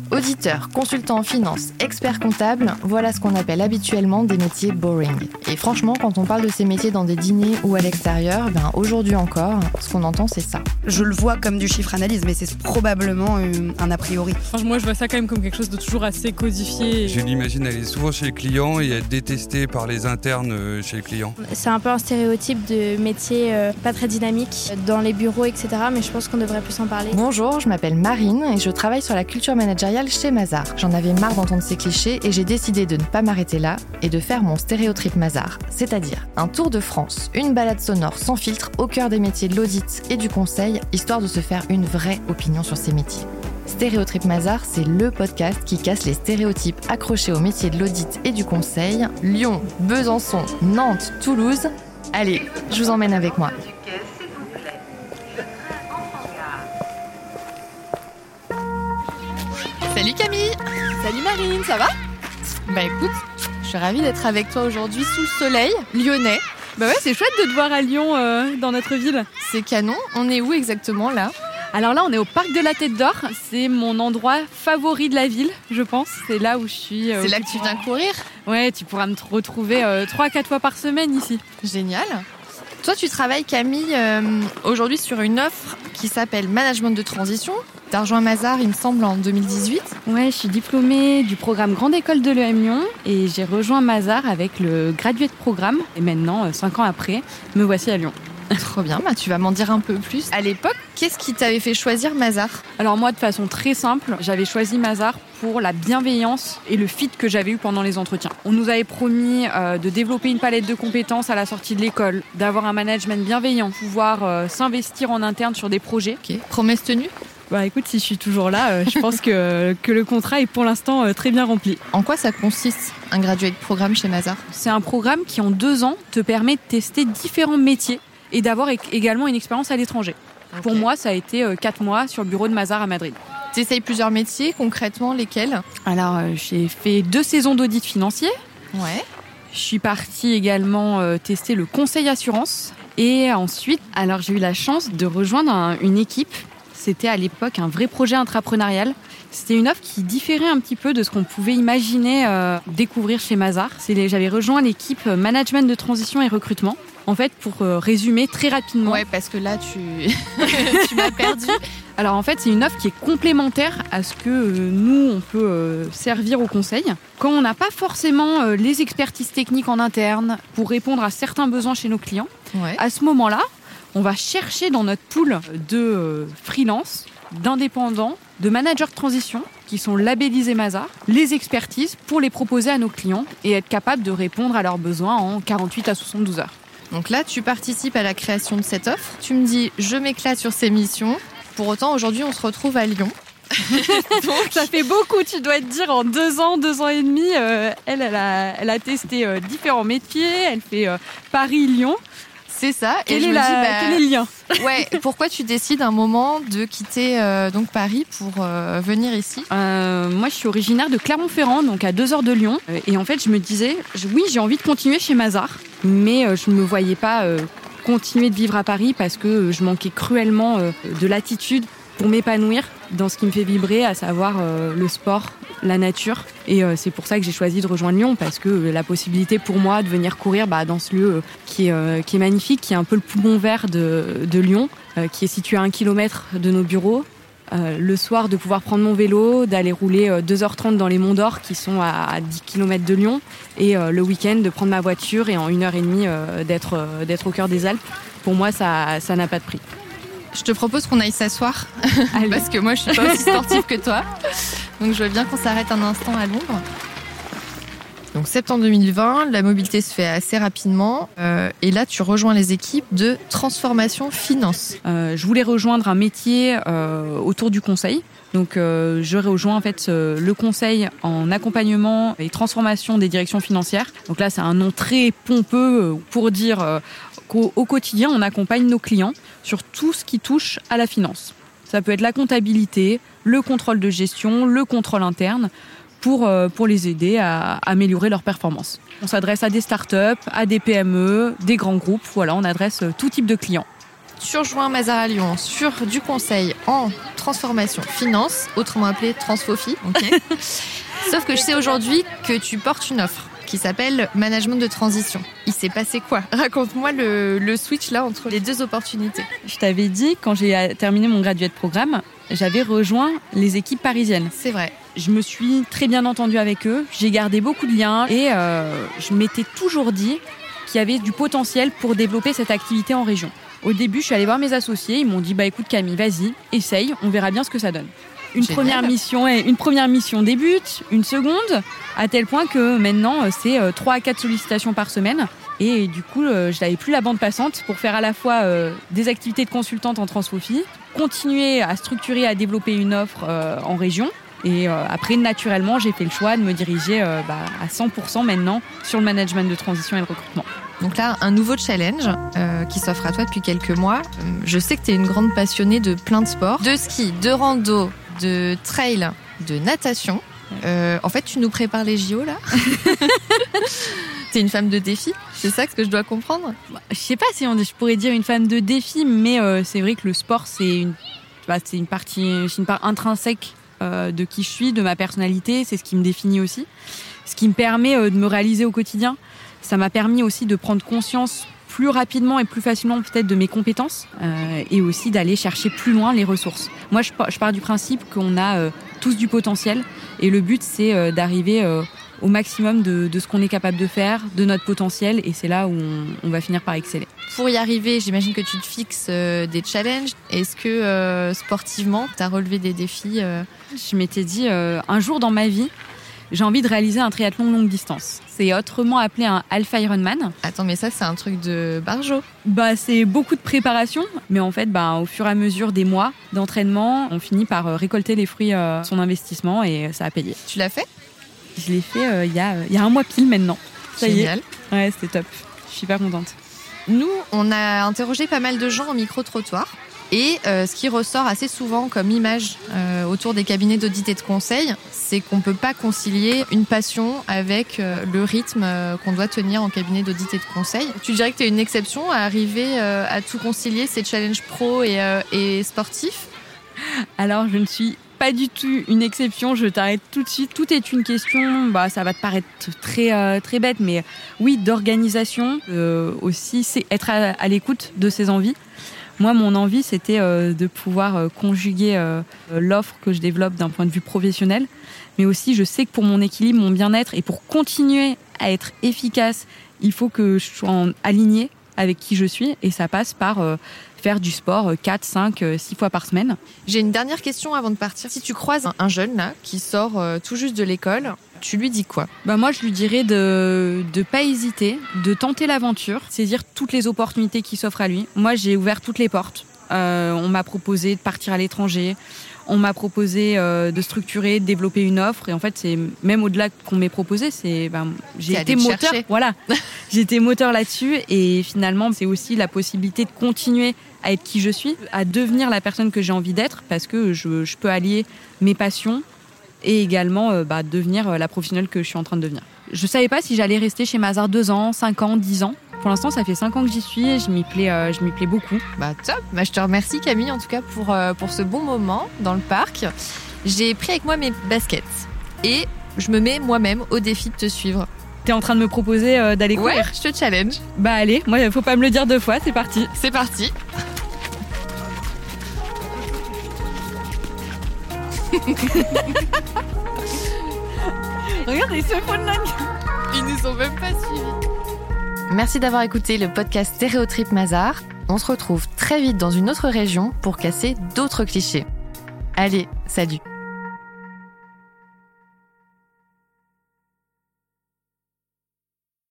Auditeur, consultant en finance, expert comptable, voilà ce qu'on appelle habituellement des métiers boring. Et franchement, quand on parle de ces métiers dans des dîners ou à l'extérieur, aujourd'hui encore, ce qu'on entend c'est ça. Je le vois comme du chiffre analyse, mais c'est probablement un a priori. Moi je vois ça quand même comme quelque chose de toujours assez codifié. Je l'imagine aller souvent chez les clients et être détesté par les internes chez les clients. C'est un peu un stéréotype de métier pas très dynamique dans les bureaux, etc. Mais je pense qu'on devrait plus en parler. Bonjour, je m'appelle Marine et je travaille sur la culture managériale chez Mazars. J'en avais marre d'entendre ces clichés et j'ai décidé de ne pas m'arrêter là et de faire mon stéréotrip Mazars, c'est-à-dire un tour de France, une balade sonore sans filtre au cœur des métiers de l'audit et du conseil, histoire de se faire une vraie opinion sur ces métiers. Stéréotrip Mazars, c'est le podcast qui casse les stéréotypes accrochés aux métiers de l'audit et du conseil. Lyon, Besançon, Nantes, Toulouse. Allez, je vous emmène avec moi. Salut Camille! Salut Marine, ça va? Écoute, je suis ravie d'être avec toi aujourd'hui sous le soleil lyonnais. Ouais, c'est chouette de te voir à Lyon, dans notre ville. C'est canon. On est où exactement là? Alors là, on est au parc de la Tête d'Or. C'est mon endroit favori de la ville, je pense. C'est là où je suis. C'est là que tu viens courir? Ouais, tu pourras me retrouver 3-4 fois par semaine ici. Génial. Toi, tu travailles, Camille, aujourd'hui sur une offre qui s'appelle Management de transition. Tu as rejoint Mazars, il me semble, en 2018. Ouais, je suis diplômée du programme Grande École de l'EM Lyon et j'ai rejoint Mazars avec le graduate programme. Et maintenant, 5 ans après, me voici à Lyon. Trop bien, tu vas m'en dire un peu plus. À l'époque, qu'est-ce qui t'avait fait choisir Mazars? Alors moi, de façon très simple, j'avais choisi Mazars pour la bienveillance et le fit que j'avais eu pendant les entretiens. On nous avait promis de développer une palette de compétences à la sortie de l'école, d'avoir un management bienveillant, pouvoir s'investir en interne sur des projets. Ok, promesse tenue? Écoute, si je suis toujours là, je pense que le contrat est pour l'instant très bien rempli. En quoi ça consiste, un graduate programme chez Mazars? C'est un programme qui, en 2 ans, te permet de tester différents métiers et d'avoir également une expérience à l'étranger. Okay. Pour moi, ça a été 4 mois sur le bureau de Mazars à Madrid. Tu essayes plusieurs métiers, concrètement, lesquels? Alors, j'ai fait 2 saisons d'audit financier. Ouais. Je suis partie également tester le conseil assurance. Et ensuite, alors j'ai eu la chance de rejoindre une équipe. C'était à l'époque un vrai projet intrapreneurial. C'était une offre qui différait un petit peu de ce qu'on pouvait imaginer découvrir chez Mazars. J'avais rejoint l'équipe management de transition et recrutement. En fait, pour résumer très rapidement... Ouais, parce que là, tu m'as perdu. Alors en fait, c'est une offre qui est complémentaire à ce que nous, on peut servir au conseil. Quand on n'a pas forcément les expertises techniques en interne pour répondre à certains besoins chez nos clients, à ce moment-là, on va chercher dans notre pool de freelance, d'indépendants, de managers de transition qui sont labellisés Mazars, les expertises pour les proposer à nos clients et être capable de répondre à leurs besoins en 48 à 72 heures. Donc là, tu participes à la création de cette offre. Tu me dis, je m'éclate sur ces missions. Pour autant, aujourd'hui, on se retrouve à Lyon. Donc, ça fait beaucoup, tu dois te dire, en 2 ans, 2 ans et demi, elle a testé différents métiers. Elle fait Paris-Lyon. C'est ça. Quel est le lien? Ouais. Pourquoi tu décides un moment de quitter donc Paris pour venir ici? Moi, je suis originaire de Clermont-Ferrand, donc à 2 heures de Lyon. Et en fait, je me disais, oui, j'ai envie de continuer chez Mazars, mais je ne me voyais pas continuer de vivre à Paris parce que je manquais cruellement de latitude pour m'épanouir dans ce qui me fait vibrer, à savoir le sport, la nature. Et c'est pour ça que j'ai choisi de rejoindre Lyon, parce que la possibilité pour moi de venir courir dans ce lieu qui est magnifique, qui est un peu le poumon vert de Lyon, qui est situé à 1 kilomètre de nos bureaux. Le soir, de pouvoir prendre mon vélo, d'aller rouler 2h30 dans les Monts d'Or qui sont à 10 km de Lyon, et le week-end de prendre ma voiture et en 1h30 d'être au cœur des Alpes. Pour moi, ça n'a pas de prix. Je te propose qu'on aille s'asseoir parce que moi je suis pas aussi sportive que toi, donc je veux bien qu'on s'arrête un instant à Londres. Donc septembre 2020, la mobilité se fait assez rapidement et là tu rejoins les équipes de transformation finance. Je voulais rejoindre un métier autour du conseil. Donc je rejoins en fait le conseil en accompagnement et transformation des directions financières. Donc là c'est un nom très pompeux pour dire qu'au quotidien on accompagne nos clients sur tout ce qui touche à la finance. Ça peut être la comptabilité, le contrôle de gestion, le contrôle interne, pour les aider à améliorer leur performance. On s'adresse à des startups, à des PME, des grands groupes. Voilà, on adresse tout type de clients. tu rejoins Mazars à Lyon sur du conseil en transformation finance, autrement appelé Transfofi. Okay. Sauf que je sais aujourd'hui que tu portes une offre qui s'appelle Management de transition. Il s'est passé quoi ? Raconte-moi le switch là entre les deux opportunités. Je t'avais dit, quand j'ai terminé mon graduate programme, j'avais rejoint les équipes parisiennes. C'est vrai. Je me suis très bien entendue avec eux, j'ai gardé beaucoup de liens et je m'étais toujours dit qu'il y avait du potentiel pour développer cette activité en région. Au début, je suis allée voir mes associés, ils m'ont dit écoute Camille, vas-y, essaye, on verra bien ce que ça donne. Une première mission débute, une seconde, à tel point que maintenant, c'est 3 à 4 sollicitations par semaine. Et du coup, je n'avais plus la bande passante pour faire à la fois des activités de consultante en Transfofi, continuer à structurer, à développer une offre en région. Et après, naturellement, j'ai fait le choix de me diriger à 100% maintenant sur le management de transition et le recrutement. Donc là, un nouveau challenge qui s'offre à toi depuis quelques mois. Je sais que tu es une grande passionnée de plein de sports, de ski, de rando, de trail, de natation. En fait, tu nous prépares les JO là. T'es une femme de défi, c'est ça que je dois comprendre ? Je sais pas si je pourrais dire une femme de défi, mais c'est vrai que le sport, c'est une part intrinsèque de qui je suis, de ma personnalité, c'est ce qui me définit aussi. Ce qui me permet de me réaliser au quotidien. Ça m'a permis aussi de prendre conscience plus rapidement et plus facilement peut-être de mes compétences et aussi d'aller chercher plus loin les ressources. Moi, je pars du principe qu'on a tous du potentiel et le but, c'est d'arriver au maximum de ce qu'on est capable de faire, de notre potentiel, et c'est là où on va finir par exceller. Pour y arriver, j'imagine que tu te fixes des challenges. Est-ce que sportivement, tu as relevé des défis Je m'étais dit, un jour dans ma vie, j'ai envie de réaliser un triathlon longue distance. C'est autrement appelé un Alpha Ironman. Attends, mais ça, c'est un truc de barjo. C'est beaucoup de préparation, mais en fait, au fur et à mesure des mois d'entraînement, on finit par récolter les fruits de son investissement et ça a payé. Tu l'as fait ? Je l'ai fait il y a un mois pile maintenant. Ça Génial. Y est. Ouais, c'était top. Je suis hyper contente. Nous, on a interrogé pas mal de gens au micro-trottoir. Et ce qui ressort assez souvent comme image autour des cabinets d'audit et de conseil, c'est qu'on ne peut pas concilier une passion avec le rythme qu'on doit tenir en cabinet d'audit et de conseil. Tu dirais que tu es une exception à arriver à tout concilier, ces challenges pro et sportifs ? Alors, je ne suis pas du tout une exception, je t'arrête tout de suite. Tout est une question, ça va te paraître très, très bête, mais oui, d'organisation aussi, c'est être à l'écoute de ses envies. Moi, mon envie, c'était de pouvoir conjuguer l'offre que je développe d'un point de vue professionnel, mais aussi je sais que pour mon équilibre, mon bien-être et pour continuer à être efficace, il faut que je sois alignée avec qui je suis, et ça passe par faire du sport 4, 5, 6 fois par semaine. J'ai une dernière question avant de partir. Si tu croises un jeune là qui sort tout juste de l'école, tu lui dis quoi ? Moi, je lui dirais de pas hésiter, de tenter l'aventure, saisir toutes les opportunités qui s'offrent à lui. Moi, j'ai ouvert toutes les portes. On m'a proposé de partir à l'étranger. On m'a proposé de structurer, de développer une offre. Et en fait, c'est même au-delà qu'on m'ait proposé, j'ai été moteur. Voilà, j'ai été moteur là-dessus. Et finalement, c'est aussi la possibilité de continuer à être qui je suis, à devenir la personne que j'ai envie d'être, parce que je peux allier mes passions et également devenir la professionnelle que je suis en train de devenir. Je savais pas si j'allais rester chez Mazars 2 ans, 5 ans, 10 ans. Pour l'instant, ça fait 5 ans que j'y suis et je m'y plais beaucoup. Top. Je te remercie Camille en tout cas pour ce bon moment dans le parc. J'ai pris avec moi mes baskets et je me mets moi-même au défi de te suivre. T'es en train de me proposer d'aller courir ? Ouais, je te challenge. Allez, moi, faut pas me le dire 2 fois, c'est parti. C'est parti. Regarde, ils se font de la gueule. Ils nous ont même pas suivis. Merci d'avoir écouté le podcast Stéréotrip Mazars. On se retrouve très vite dans une autre région pour casser d'autres clichés. Allez, salut.